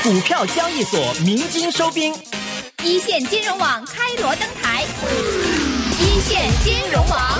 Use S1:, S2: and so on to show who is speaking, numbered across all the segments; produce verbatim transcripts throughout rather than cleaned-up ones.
S1: 股票交易所鸣金收兵，
S2: 一线金融网开锣登台，一线金融网。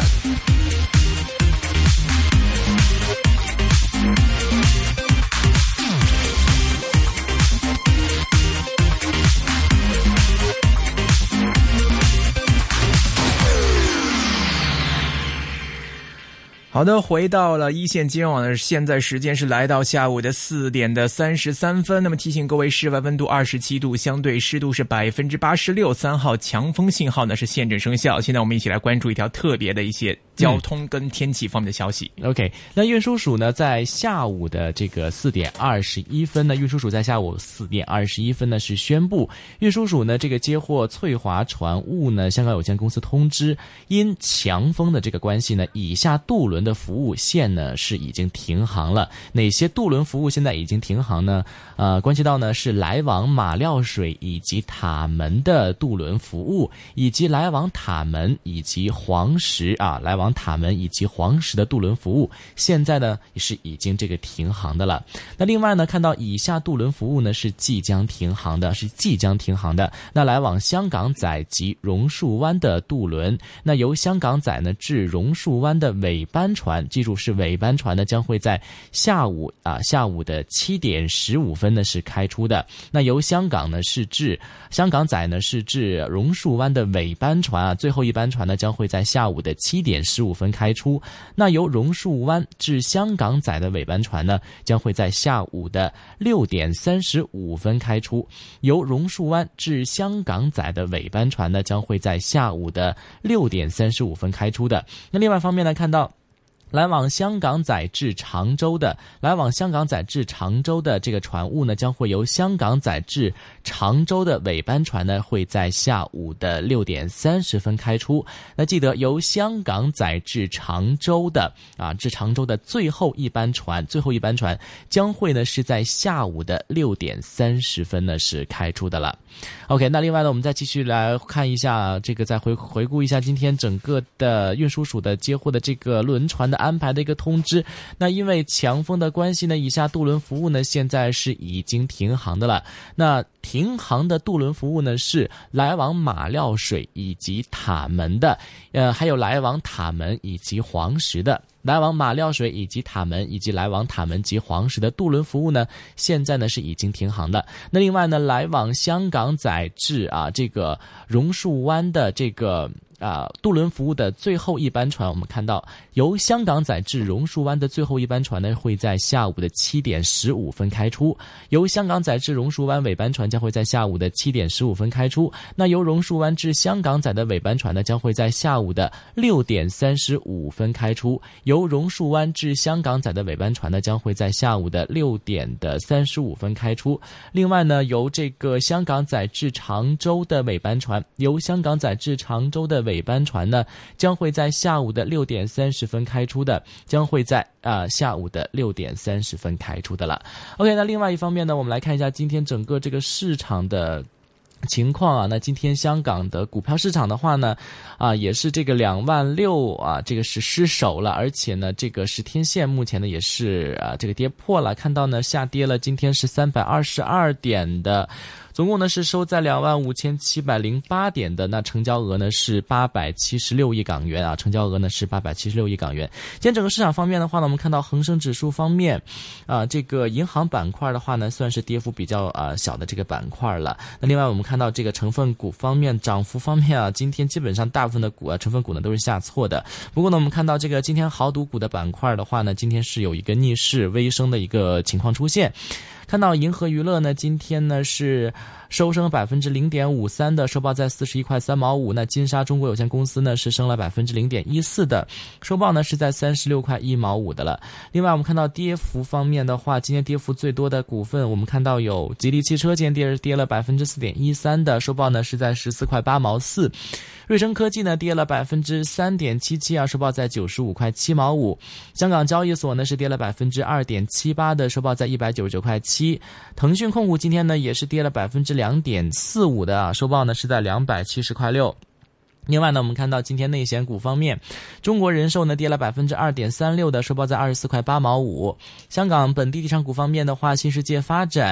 S3: 好的，回到了一线金融网的，现在时间是来到下午的四点的三十三分。那么提醒各位，室外温度二十七度，相对湿度是百分之八十六，三号强风信号呢是现正生效。现在我们一起来关注一条特别的一些交通跟天气方面的消息。
S4: 嗯、OK， 那运输署呢，在下午的这个四点二十一分呢，运输署在下午四点二十一分呢是宣布，运输署呢这个接获翠华船务呢香港有限公司通知，因强风的这个关系呢，以下渡轮的服务线呢是已经停航了。哪些渡轮服务现在已经停航呢？呃，关系到呢是来往马料水以及塔门的渡轮服务，以及来往塔门以及黄石啊，来往塔门以及黄石的渡轮服务，现在呢也是已经这个停航的了。那另外呢，看到以下渡轮服务呢是即将停航的，是即将停航的。那来往香港仔及榕树湾的渡轮，那由香港仔呢至榕树湾的尾班船，记住是尾班船呢，将会在下午啊下午的七点十五分呢是开出的。那由香港呢是至香港仔呢是至榕树湾的尾班船啊，最后一班船呢将会在下午的七点十五分开出。那由榕树湾至香港仔的尾班船呢，将会在下午的六点三十五分开出。由榕树湾至香港仔的尾班船呢，将会在下午的六点三十五分开出的。那另外一方面呢，看到来往香港仔至常州的，来往香港仔至常州的这个船务呢，将会由香港仔至常州的尾班船呢，会在下午的六点三十分开出。那记得由香港仔至常州的啊，至常州的最后一班船，最后一班船将会呢是在下午的六点三十分呢是开出的了。OK， 那另外呢，我们再继续来看一下这个，再回回顾一下今天整个的运输署的接获的这个轮船的安排的一个通知。那因为强风的关系呢，以下渡轮服务呢现在是已经停航的了。那停航的渡轮服务呢是来往马料水以及塔门的，呃，还有来往塔门以及黄石的。来往马料水以及塔门以及来往塔门及黄石的渡轮服务呢，现在呢是已经停航的。那另外呢，来往香港仔至啊这个榕树湾的这个啊渡轮服务的最后一班船，我们看到由香港仔至榕树湾的最后一班船呢，会在下午的七点十五分开出。由香港仔至榕树湾尾班船将会在下午的七点十五分开出。那由榕树湾至香港仔的尾班船呢，将会在下午的六点三十五分开出。由榕树湾至香港仔的尾班船呢，将会在下午的六点的三十五分开出。另外呢，由这个香港仔至常州的尾班船，由香港仔至常州的尾班船呢，将会在下午的六点三十分开出的，将会在啊、呃、下午的六点三十分开出的了。OK， 那另外一方面呢，我们来看一下今天整个这个市场的情况啊。那今天香港的股票市场的话呢，啊也是这个两万六啊，这个是失守了，而且呢，这个十天线目前呢也是啊这个跌破了，看到呢下跌了，今天是三百二十二点的。总共呢是收在两万五千七百零八点的，那成交额呢是八百七十六亿港元啊，成交额呢是八百七十六亿港元。今天整个市场方面的话呢，我们看到恒生指数方面啊，这个银行板块的话呢，算是跌幅比较啊小的这个板块了。那另外我们看到这个成分股方面，涨幅方面啊，今天基本上大部分的股啊成分股呢都是下挫的。不过呢，我们看到这个今天豪赌股的板块的话呢，今天是有一个逆势微升的一个情况出现。看到银河娱乐呢，今天呢是收升百分之零点五三的，收报在四十一块三毛五。那金沙中国有限公司呢是升了百分之零点一四的，收报呢是在三十六块一毛五的了。另外我们看到跌幅方面的话，今天跌幅最多的股份，我们看到有吉利汽车，今天跌跌了百分之四点一三的，收报呢是在十四块八毛四。瑞声科技呢跌了百分之三点七七啊，收报在九十五块七毛五。香港交易所呢是跌了百分之二点七八的，收报在一百九十九块七。腾讯控股今天呢也是跌了百分之两点四五的啊，收报呢是在两百七十块六。另外呢，我们看到今天内险股方面，中国人寿呢跌了百分之二点三六的，收报在二十四块八毛五。香港本地地产股方面的话，新世界发展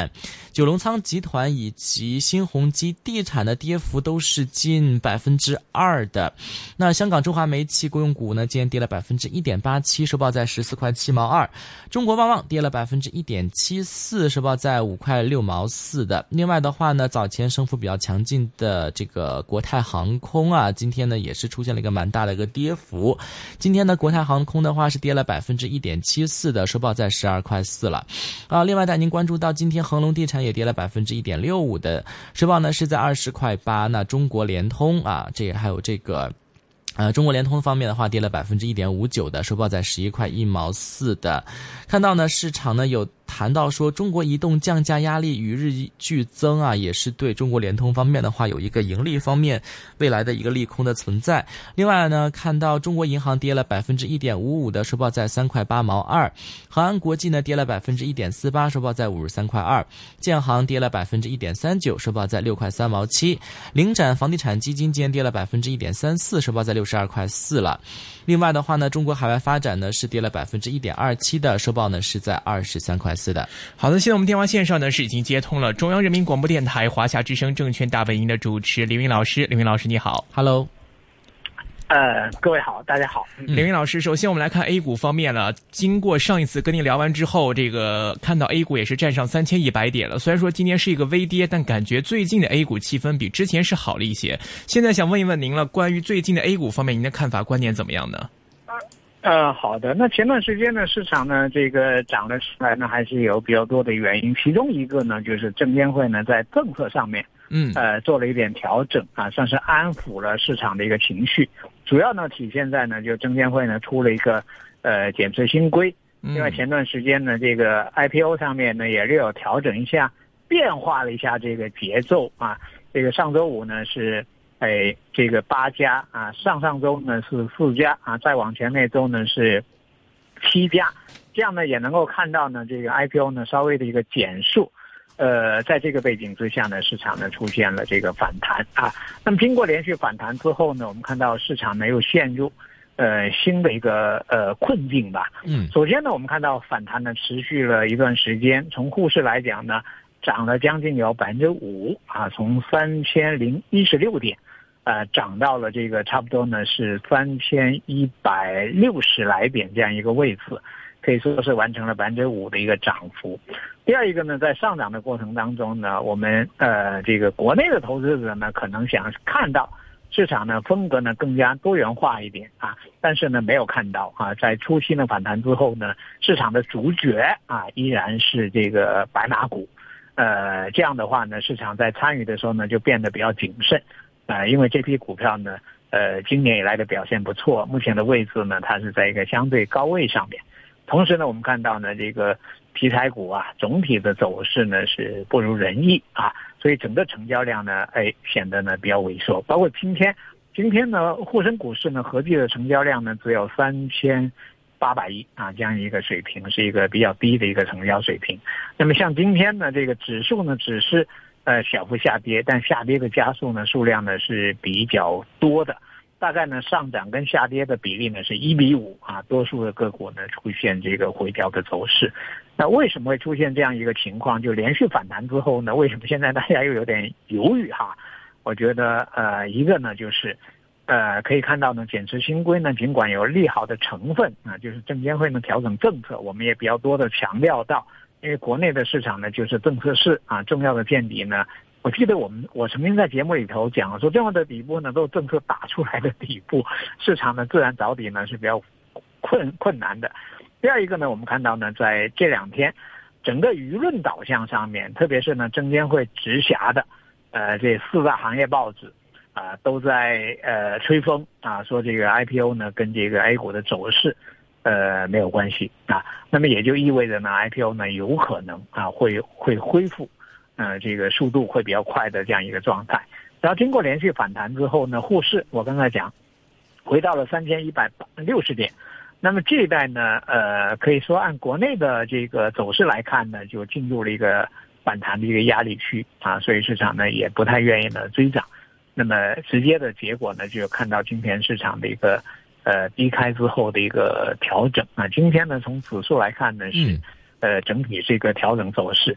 S4: 九龙仓集团以及新鸿基地产的跌幅都是近百分之二的。那香港中华煤气公用股呢，今天跌了百分之一点八七，收报在十四块七毛二。中国旺旺跌了百分之一点七四，收报在五块六毛四的。另外的话呢，早前升幅比较强劲的这个国泰航空啊，今天呢也是出现了一个蛮大的一个跌幅。今天呢，国泰航空的话是跌了百分之一点七四的，收报在十二块四了。啊，另外带您关注到今天恒隆地产也跌了百分之一点六五的，收报呢是在二十块八。那中国联通啊，这还有这个。呃，中国联通方面的话，跌了百分之一点五九的，收报在十一块一毛四的。看到呢，市场呢有谈到说，中国移动降价压力与日俱增啊，也是对中国联通方面的话有一个盈利方面未来的一个利空的存在。另外呢，看到中国银行跌了百分之一点五五的，收报在三块八毛二。恒安国际呢跌了百分之一点四八，收报在五十三块二。建行跌了百分之一点三九，收报在六块三毛七。领展房地产基金今天跌了百分之一点三四，收报在六十二块四了。另外的话呢，中国海外发展呢是跌了百分之一点二七的，收报呢是在二十三块四的。
S3: 好的，现在我们电话线上呢是已经接通了中央人民广播电台华夏之声证券大本营的主持林云老师。林云老师你好。
S4: Hello。
S5: 呃，各位好，大家好。
S3: 林云老师，首先我们来看 A 股方面了。经过上一次跟您聊完之后，这个看到 A 股也是站上三千一百点了。虽然说今天是一个微跌，但感觉最近的 A 股气氛比之前是好了一些。现在想问一问您了，关于最近的 A 股方面，您的看法观点怎么样呢？
S5: 呃，好的。那前段时间呢，市场呢这个涨了出来呢，还是有比较多的原因。其中一个呢，就是证监会呢在政策上面，
S3: 嗯，
S5: 呃，做了一点调整啊，算是安抚了市场的一个情绪。主要呢体现在呢，就证监会呢出了一个呃减持新规。另外前段时间呢，这个 I P O 上面呢也略有调整一下，变化了一下这个节奏啊。这个上周五呢是。哎，这个八家啊，上上周呢是四家啊，再往前那周呢是七家，这样呢也能够看到呢，这个 I P O 呢稍微的一个减数，呃，在这个背景之下呢，市场呢出现了这个反弹啊。那么经过连续反弹之后呢，我们看到市场呢又陷入呃新的一个呃困境吧。
S4: 嗯，
S5: 首先呢，我们看到反弹呢持续了一段时间，从沪市来讲呢，涨了将近有百分之五啊，从三千零一十六点。呃，涨到了这个差不多呢是三千一百六十来点这样一个位置，可以说是完成了百分之五的一个涨幅。第二一个呢，在上涨的过程当中呢，我们呃这个国内的投资者呢可能想看到市场呢风格呢更加多元化一点啊，但是呢没有看到啊，在初期的反弹之后呢，市场的主角啊依然是这个白马股，呃这样的话呢，市场在参与的时候呢就变得比较谨慎。呃，因为这批股票呢，呃，今年以来的表现不错，目前的位置呢，它是在一个相对高位上面。同时呢，我们看到呢，这个题材股啊，总体的走势呢是不如人意啊，所以整个成交量呢，哎，显得呢比较萎缩。包括今天，今天呢，沪深股市呢合计的成交量呢只有三千八百亿啊，这样一个水平，是一个比较低的一个成交水平。那么像今天呢，这个指数呢只是。呃，小幅下跌，但下跌的家数呢，数量呢是比较多的，大概呢上涨跟下跌的比例呢是一比五啊，多数的个股呢出现这个回调的走势。那为什么会出现这样一个情况？就连续反弹之后呢，为什么现在大家又有点犹豫哈？我觉得呃，一个呢就是呃可以看到呢，减持新规呢，尽管有利好的成分啊，就是证监会呢调整政策，我们也比较多的强调到。因为国内的市场呢，就是政策市啊，重要的见底呢，我记得我们我曾经在节目里头讲说，重要的底部呢都是政策打出来的底部，市场呢自然找底呢是比较困困难的。第二一个呢，我们看到呢，在这两天，整个舆论导向上面，特别是呢证监会直辖的呃这四大行业报纸啊、呃，都在呃吹风啊，说这个 I P O 呢跟这个 A 股的走势。呃，没有关系啊，那么也就意味着呢 ，I P O 呢有可能啊会会恢复，呃，这个速度会比较快的这样一个状态。然后经过连续反弹之后呢，沪市我刚才讲回到了三千一百六十点，那么这一带呢，呃，可以说按国内的这个走势来看呢，就进入了一个反弹的一个压力区啊，所以市场呢也不太愿意呢追涨。那么直接的结果呢，就看到今天市场的一个。呃，低开之后的一个调整啊，今天呢，从指数来看呢是，呃，整体是一个调整走势。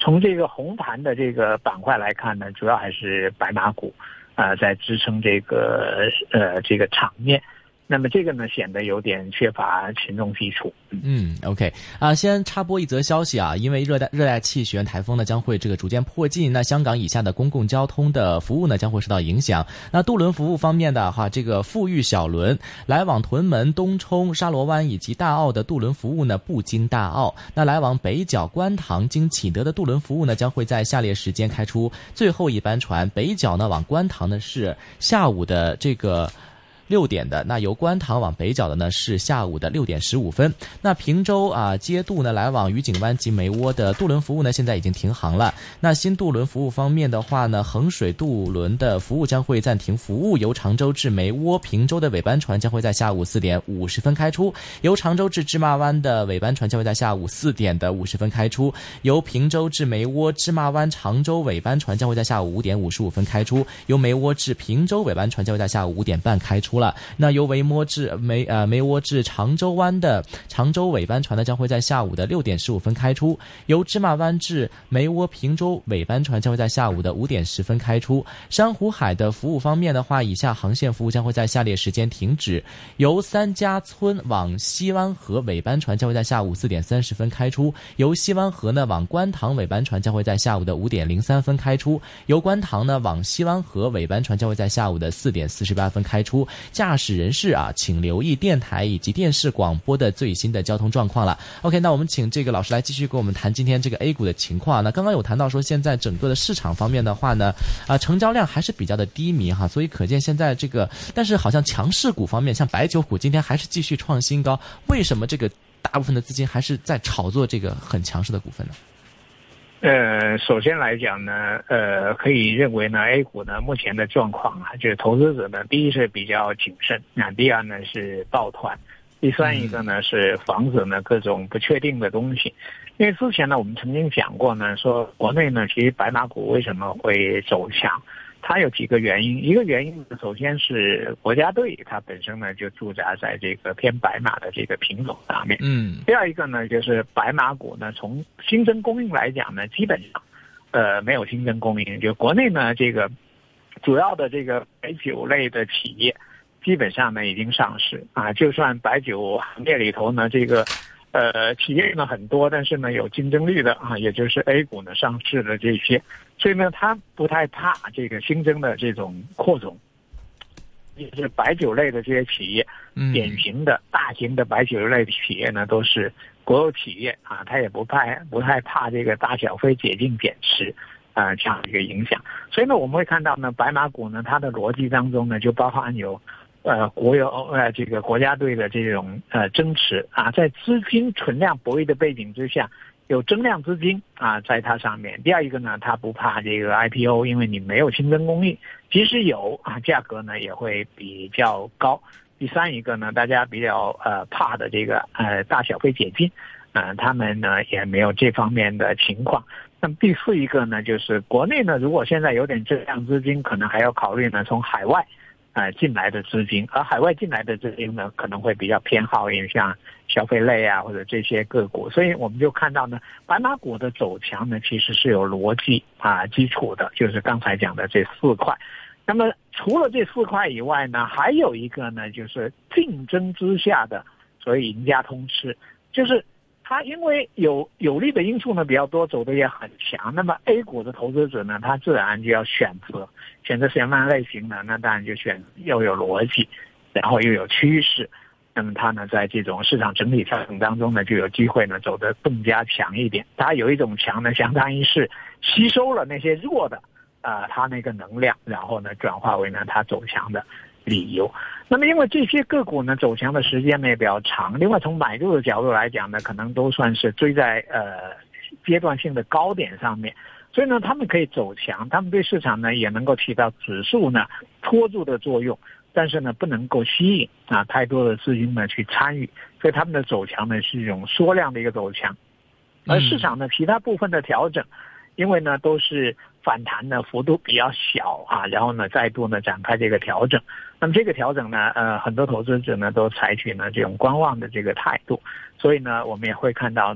S5: 从这个红盘的这个板块来看呢，主要还是白马股啊、呃、在支撑这个呃这个场面。那么这个呢，显得有点缺乏群众基础。
S4: 嗯 ，OK 啊，先插播一则消息啊，因为热带热带气旋台风呢将会这个逐渐迫近，那香港以下的公共交通的服务呢将会受到影响。那渡轮服务方面的话，这个富裕小轮来往屯门、东冲、沙螺湾以及大澳的渡轮服务呢不经大澳。那来往北角、观塘经启德的渡轮服务呢将会在下列时间开出。最后一班船北角呢往观塘呢是下午的这个六点的，那由观塘往北角的呢是下午的六点十五分。那平洲啊接渡呢来往愉景湾及梅窝的渡轮服务呢现在已经停航了。那新渡轮服务方面的话呢，衡水渡轮的服务将会暂停服务，由常州至梅窝、平洲的尾班船将会在下午四点五十分开出，由常州至芝麻湾的尾班船将会在下午四点的五十分开出，由平洲至梅窝、芝麻湾、常州尾班船将会在下午五点五十五分开出，由梅窝至平洲尾班船将会在下午五点半开出了。那由梅窝至梅呃梅窝至常州湾的常州尾班船呢将会在下午的六点十五分开出，由芝麻湾至梅窝平洲尾班船将会在下午的五点十分开出。珊瑚海的服务方面的话，以下航线服务将会在下列时间停止，由三家村往西湾河尾班船将会在下午四点三十分开出，由西湾河呢往观塘尾班船将会在下午的五点零三分开出，由观塘呢往西湾河尾班船将会在下午的四点四十八分开出。驾驶人士啊，请留意电台以及电视广播的最新的交通状况了。OK， 那我们请这个老师来继续跟我们谈今天这个 A 股的情况。那刚刚有谈到说，现在整个的市场方面的话呢，啊、呃，成交量还是比较的低迷哈，所以可见现在这个，但是好像强势股方面，像白酒股今天还是继续创新高，为什么这个大部分的资金还是在炒作这个很强势的股份呢？
S5: 呃，首先来讲呢，呃，可以认为呢 ，A 股呢目前的状况啊，就是投资者呢，第一是比较谨慎，那第二呢是抱团，第三一个呢是防止呢各种不确定的东西。因为之前呢我们曾经讲过呢，说国内呢其实白马股为什么会走强？它有几个原因，一个原因呢，首先是国家队它本身呢就驻扎在这个偏白马的这个品种上面。
S4: 嗯。
S5: 第二一个呢，就是白马股呢，从新增供应来讲呢，基本上，呃，没有新增供应。就国内呢，这个主要的这个白酒类的企业，基本上呢已经上市啊。就算白酒行业里头呢，这个。呃，企业呢很多，但是呢有竞争力的啊，也就是 A 股呢上市的这些，所以呢它不太怕这个新增的这种扩种，也是白酒类的这些企业，
S4: 嗯，
S5: 典型的大型的白酒类的企业呢都是国有企业啊，它也不怕不太怕这个大小非解禁减持啊、呃、这样的一个影响，所以呢我们会看到呢白马股呢它的逻辑当中呢就包含有。呃，国有呃这个国家队的这种呃增持啊，在资金存量博弈的背景之下，有增量资金啊在它上面。第二一个呢，它不怕这个 I P O， 因为你没有新增供应，即使有啊，价格呢也会比较高。第三一个呢，大家比较呃怕的这个呃大小非解禁，啊、呃，他们呢也没有这方面的情况。那么第四一个呢，就是国内呢，如果现在有点增量资金，可能还要考虑呢从海外。呃，进来的资金，而海外进来的资金呢，可能会比较偏好于像消费类啊，或者这些个股，所以我们就看到呢，白马股的走强呢，其实是有逻辑啊基础的，就是刚才讲的这四块。那么除了这四块以外呢，还有一个呢，就是竞争之下的所谓赢家通吃，就是它因为有有利的因素呢比较多，走的也很强，那么 A 股的投资者呢，他自然就要选择。选择什么样类型呢？那当然就选又有逻辑，然后又有趋势，那么它呢在这种市场整体调整当中呢，就有机会呢走得更加强一点。它有一种强呢，相当于是吸收了那些弱的啊、呃，它那个能量，然后呢转化为呢它走强的理由。那么因为这些个股呢走强的时间呢也比较长，另外从买入的角度来讲呢，可能都算是追在呃阶段性的高点上面。所以呢，他们可以走强，他们对市场呢也能够起到指数呢拖住的作用，但是呢不能够吸引啊太多的资金呢去参与，所以他们的走强呢是一种缩量的一个走强，而市场呢其他部分的调整，因为呢都是反弹的幅度比较小啊，然后呢再度呢展开这个调整，那么这个调整呢，呃很多投资者呢都采取呢这种观望的这个态度，所以呢我们也会看到呢。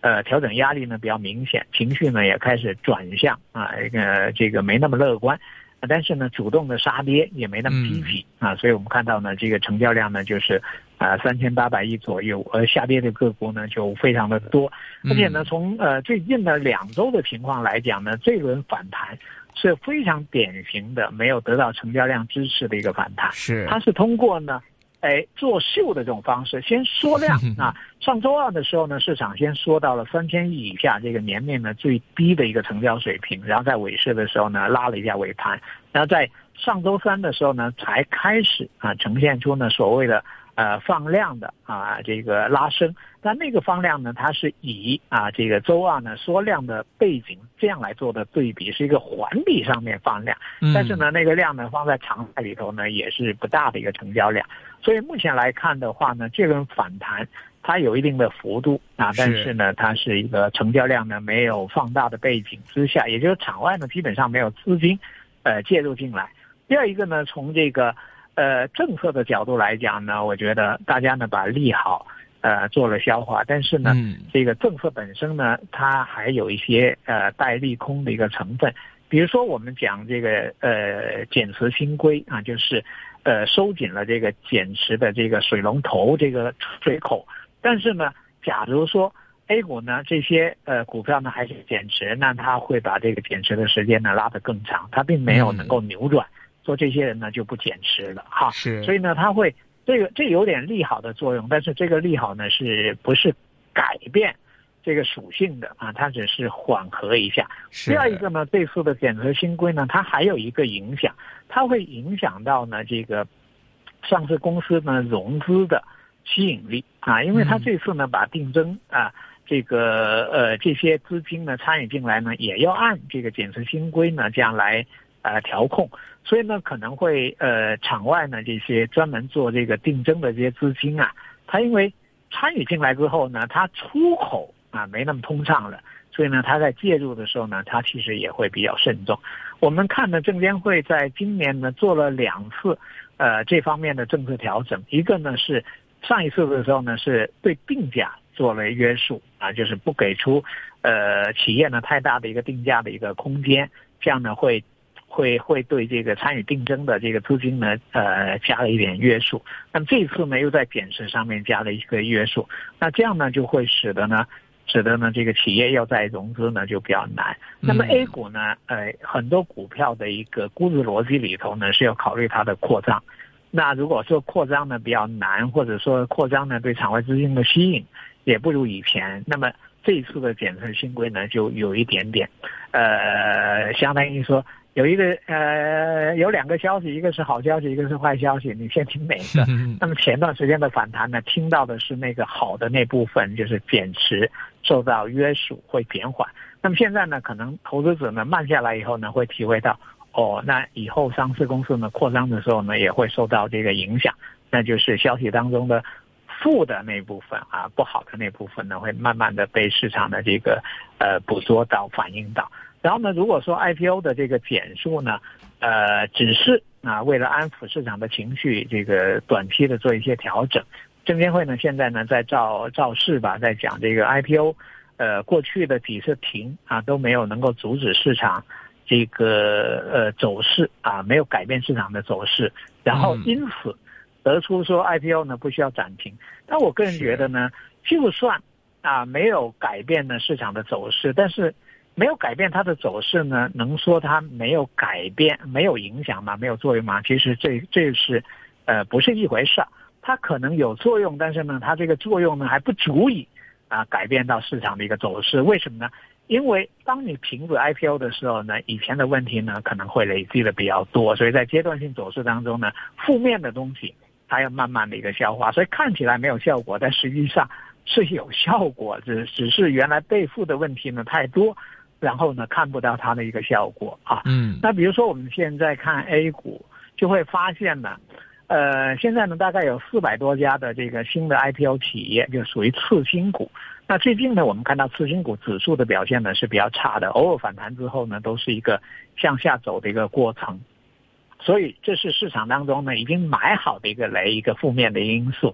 S5: 呃调整压力呢比较明显，情绪呢也开始转向啊，一个这个没那么乐观。但是呢，主动的杀跌也没那么积极、嗯、啊，所以我们看到呢，这个成交量呢就是啊三千八百亿左右，而下跌的个股呢就非常的多，而且呢，从呃最近的两周的情况来讲呢，这轮反弹是非常典型的没有得到成交量支持的一个反弹，
S3: 是
S5: 它是通过呢。哎，做秀的这种方式，先缩量啊。上周二的时候呢，市场先缩到了三千亿以下这个年面呢最低的一个成交水平，然后在尾市的时候呢拉了一下尾盘，然后在上周三的时候呢才开始啊呈现出呢所谓的呃放量的啊这个拉升，但那个放量呢它是以啊这个周二呢缩量的背景这样来做的对比，是一个环比上面放量，但是呢那个量呢放在常态里头呢也是不大的一个成交量。所以目前来看的话呢，这轮反弹它有一定的幅度啊，但是呢，它是一个成交量呢没有放大的背景之下，也就是场外呢基本上没有资金呃介入进来。第二一个呢，从这个呃政策的角度来讲呢，我觉得大家呢把利好呃做了消化，但是呢，嗯、这个政策本身呢，它还有一些呃带利空的一个成分。比如说我们讲这个呃减持新规啊，就是呃收紧了这个减持的这个水龙头这个水口，但是呢，假如说 A 股呢这些呃股票呢还是减持，那它会把这个减持的时间呢拉得更长，它并没有能够扭转，说、嗯、这些人呢就不减持了哈，
S3: 是，
S5: 所以呢它会这个这有点利好的作用，但是这个利好呢是不是改变这个属性的啊，它只是缓和一下。第二一个呢，这次的减持新规呢，它还有一个影响，它会影响到呢这个上市公司呢融资的吸引力啊，因为它这次呢把定增啊这个呃这些资金呢参与进来呢，也要按这个减持新规呢这样来呃调控，所以呢可能会呃场外呢这些专门做这个定增的这些资金啊，它因为参与进来之后呢，它出口啊，没那么通畅了，所以呢，它在介入的时候呢，它其实也会比较慎重。我们看呢，证监会在今年呢做了两次，呃，这方面的政策调整。一个呢是上一次的时候呢，是对定价做了约束啊，就是不给出呃企业呢太大的一个定价的一个空间，这样呢会会会对这个参与定增的这个资金呢，呃，加了一点约束。那么这一次呢，又在减持上面加了一个约束。那这样呢，就会使得呢。使得呢，这个企业要再融资呢就比较难。那么 A 股呢，呃，很多股票的一个估值逻辑里头呢是要考虑它的扩张。那如果说扩张呢比较难，或者说扩张呢对场外资金的吸引也不如以前，那么这一次的减持新规呢就有一点点，呃，相当于说有一个呃有两个消息，一个是好消息，一个是坏消息，你先听哪个？那么前段时间的反弹呢，听到的是那个好的那部分，就是减持受到约束会减缓。那么现在呢，可能投资者呢慢下来以后呢，会体会到哦，那以后上市公司呢扩张的时候呢，也会受到这个影响，那就是消息当中的负的那部分啊，不好的那部分呢，会慢慢的被市场的这个呃捕捉到、反映到。然后呢，如果说 I P O 的这个减数呢，呃，只是啊为了安抚市场的情绪，这个短期的做一些调整。证监会呢现在呢在照照事吧，在讲这个 I P O， 呃，过去的几次停啊都没有能够阻止市场这个呃走势啊，没有改变市场的走势，然后因此得出说 I P O 呢不需要暂停。但我个人觉得呢，就算啊没有改变呢市场的走势，但是没有改变它的走势呢，能说它没有改变、没有影响吗？没有作用吗？其实这这是呃不是一回事，它可能有作用，但是呢，它这个作用呢还不足以啊改变到市场的一个走势。为什么呢？因为当你停止 I P O 的时候呢，以前的问题呢可能会累积的比较多，所以在阶段性走势当中呢，负面的东西它要慢慢的一个消化，所以看起来没有效果，但实际上是有效果，只只是原来背负的问题呢太多。然后呢，看不到它的一个效果啊。嗯。那比如说我们现在看 A 股，就会发现呢，呃，现在呢大概有四百多家的这个新的 I P O 企业，就属于次新股。那最近呢，我们看到次新股指数的表现呢是比较差的，偶尔反弹之后呢，都是一个向下走的一个过程。所以这是市场当中呢已经买好的一个雷，一个负面的因素。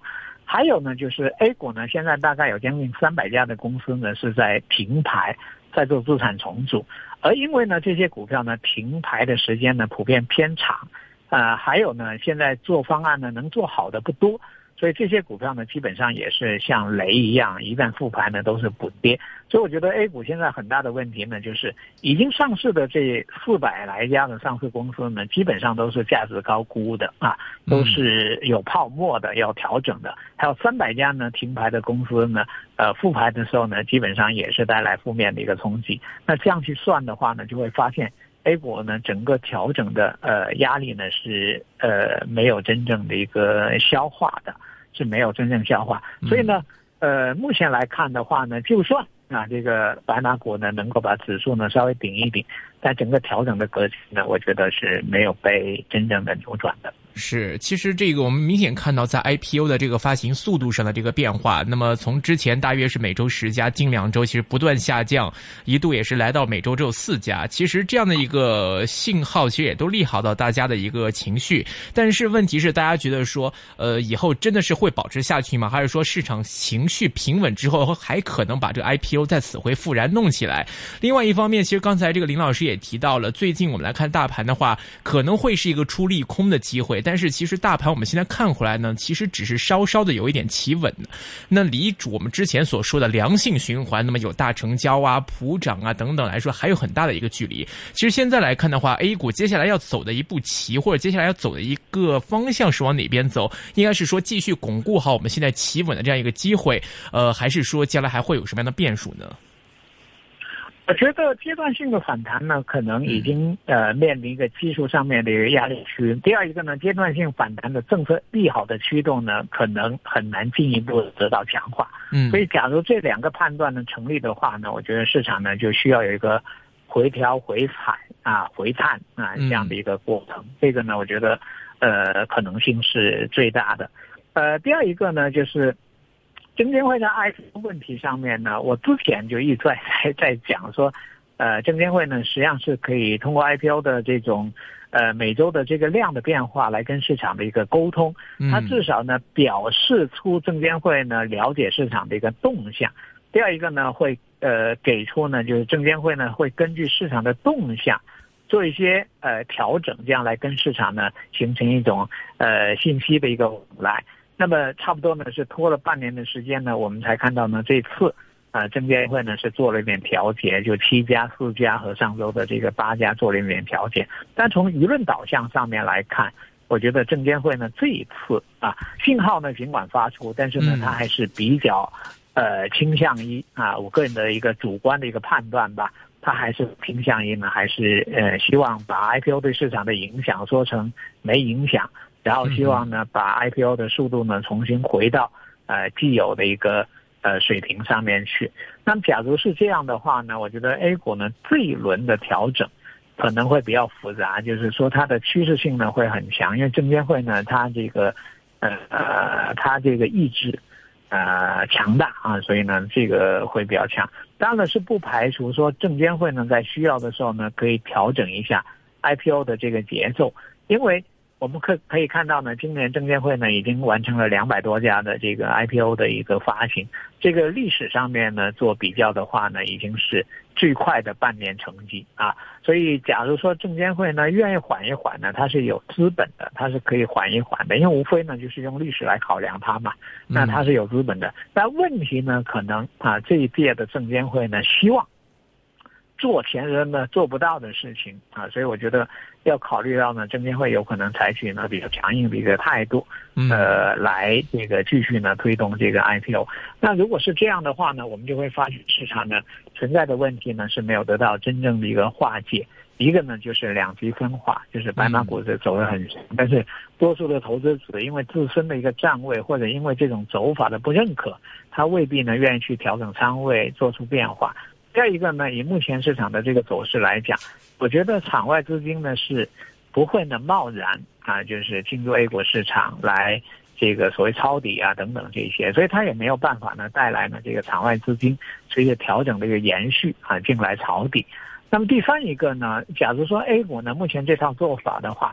S5: 还有呢，就是 A 股呢，现在大概有将近三百家的公司呢是在停牌，在做资产重组，而因为呢这些股票呢停牌的时间呢普遍偏长，呃，还有呢现在做方案呢能做好的不多。所以这些股票呢，基本上也是像雷一样，一旦复牌呢，都是补跌。所以我觉得 A 股现在很大的问题呢，就是已经上市的这四百来家的上市公司呢，基本上都是价值高估的啊，都是有泡沫的，要调整的。还有三百家呢停牌的公司呢，呃，复牌的时候呢，基本上也是带来负面的一个冲击。那这样去算的话呢，就会发现 A 股呢整个调整的呃压力呢是呃没有真正的一个消化的。是没有真正消化，所以呢，呃，目前来看的话呢，就算啊这个白马股呢能够把指数呢稍微顶一顶，但整个调整的格局呢，我觉得是没有被真正的扭转的。
S3: 是，其实这个我们明显看到在 I P O 的这个发行速度上的这个变化，那么从之前大约是每周十家，近两周其实不断下降，一度也是来到每周只有四家。其实这样的一个信号，其实也都利好到大家的一个情绪。但是问题是，大家觉得说，呃，以后真的是会保持下去吗？还是说市场情绪平稳之后，还可能把这个 I P O 再次回复燃弄起来？另外一方面，其实刚才这个林老师也提到了，最近我们来看大盘的话，可能会是一个出利空的机会。但是其实大盘我们现在看回来呢，其实只是稍稍的有一点企稳。那离我们之前所说的良性循环，那么有大成交啊、普涨啊等等来说，还有很大的一个距离。其实现在来看的话 ，A 股接下来要走的一步棋，或者接下来要走的一个方向是往哪边走？应该是说继续巩固好我们现在企稳的这样一个机会，呃，还是说将来还会有什么样的变数呢？
S5: 我觉得阶段性的反弹呢，可能已经呃面临一个技术上面的一个压力区。第二一个呢，阶段性反弹的政策利好的驱动呢，可能很难进一步得到强化。嗯，所以假如这两个判断呢成立的话呢，我觉得市场呢就需要有一个回调、回踩啊、回探啊这样的一个过程。嗯、这个呢，我觉得呃可能性是最大的。呃，第二一个呢就是。证监会在 I P O 问题上面呢，我之前就一直在在讲说，呃，证监会呢实际上是可以通过 I P O 的这种呃每周的这个量的变化来跟市场的一个沟通，它至少呢表示出证监会呢了解市场的一个动向。第二一个呢会呃给出呢就是证监会呢会根据市场的动向做一些呃调整，这样来跟市场呢形成一种呃信息的一个往来。那么差不多呢是拖了半年的时间呢，我们才看到呢这次呃证监会呢是做了一点调节，就七家、四家和上周的这个八家做了一点调节。但从舆论导向上面来看，我觉得证监会呢这一次啊信号呢尽管发出，但是呢它还是比较呃倾向于啊我个人的一个主观的一个判断吧，它还是倾向于呢还是呃希望把 I P O 对市场的影响说成没影响。然后希望呢，把 I P O 的速度呢重新回到呃既有的一个呃水平上面去。那么假如是这样的话呢，我觉得 A 股呢这一轮的调整可能会比较复杂，就是说它的趋势性呢会很强，因为证监会呢它这个呃呃它这个意志呃强大啊，所以呢这个会比较强。当然是不排除说证监会呢在需要的时候呢可以调整一下 I P O 的这个节奏，因为我们可可以看到呢，今年证监会呢已经完成了两百多家的这个 I P O 的一个发行，这个历史上面呢做比较的话呢，已经是最快的半年成绩啊。所以假如说证监会呢愿意缓一缓呢，它是有资本的，它是可以缓一缓的，因为无非呢就是用历史来考量它嘛，那它是有资本的。但问题呢可能啊这一届的证监会呢希望做前人呢做不到的事情啊，所以我觉得要考虑到呢，证监会有可能采取呢比较强硬的一个态度，呃，来这个继续呢推动这个 I P O。那如果是这样的话呢，我们就会发现市场呢存在的问题呢是没有得到真正的一个化解。一个呢就是两极分化，就是白马股是走得很深，嗯、但是多数的投资者因为自身的一个站位或者因为这种走法的不认可，他未必呢愿意去调整仓位做出变化。第二一个呢，以目前市场的这个走势来讲，我觉得场外资金呢是不会呢贸然啊，就是进入 A 股市场来这个所谓抄底啊等等这些，所以它也没有办法呢带来呢这个场外资金随着调整的一个延续啊进来抄底。那么第三一个呢，假如说 A 股呢目前这套做法的话，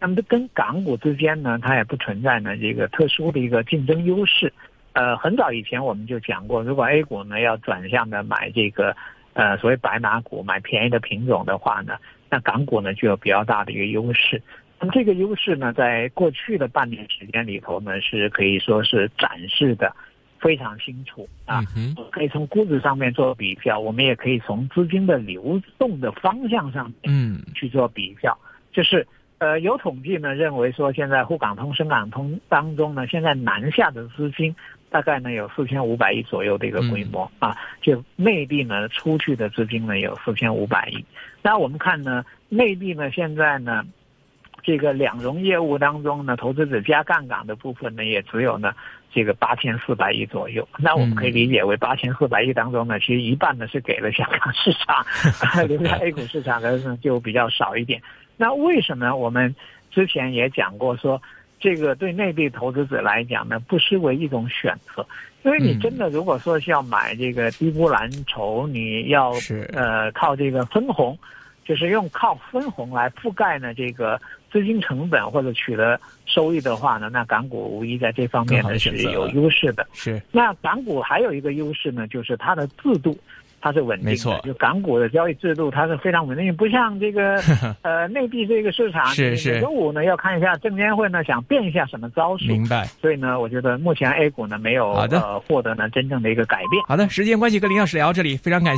S5: 那么跟港股之间呢，它也不存在呢这个特殊的一个竞争优势。呃，很早以前我们就讲过，如果 A 股呢要转向的买这个呃所谓白马股，买便宜的品种的话呢，那港股呢就有比较大的一个优势。那么这个优势呢，在过去的半年时间里头呢，是可以说是展示的非常清楚啊。
S3: 嗯、
S5: 可以从估值上面做比较，我们也可以从资金的流动的方向上面
S3: 嗯
S5: 去做比较。就是呃有统计呢认为说，现在沪港通、深港通当中呢，现在南下的资金大概呢有四千五百亿左右的一个规模、嗯、啊，就内地呢出去的资金呢有四千五百亿。那我们看呢，内地呢现在呢这个两融业务当中呢，投资者加杠杆的部分呢也只有呢这个八千四百亿左右。那我们可以理解为八千四百亿当中呢，其实一半呢是给了香港市场，留在 A 股市场的呢就比较少一点。那为什么我们之前也讲过说，这个对内地投资者来讲呢，不失为一种选择。因为你真的如果说是要买这个低估蓝筹，你要呃靠这个分红，就是用靠分红来覆盖呢这个资金成本或者取得收益的话呢，那港股无疑在这方面呢是有优势的。
S3: 是。
S5: 那港股还有一个优势呢，就是它的制度它是稳定的。
S3: 没错，
S5: 就港股的交易制度它是非常稳定，不像这个呃内地这个市场，
S3: 是是每
S5: 周五呢要看一下证监会呢想变一下什么招数。
S3: 明白。
S5: 所以呢，我觉得目前 A 股呢没有
S3: 好的
S5: 呃获得呢真正的一个改变。
S3: 好的，时间关系跟林老师聊这里，非常感谢。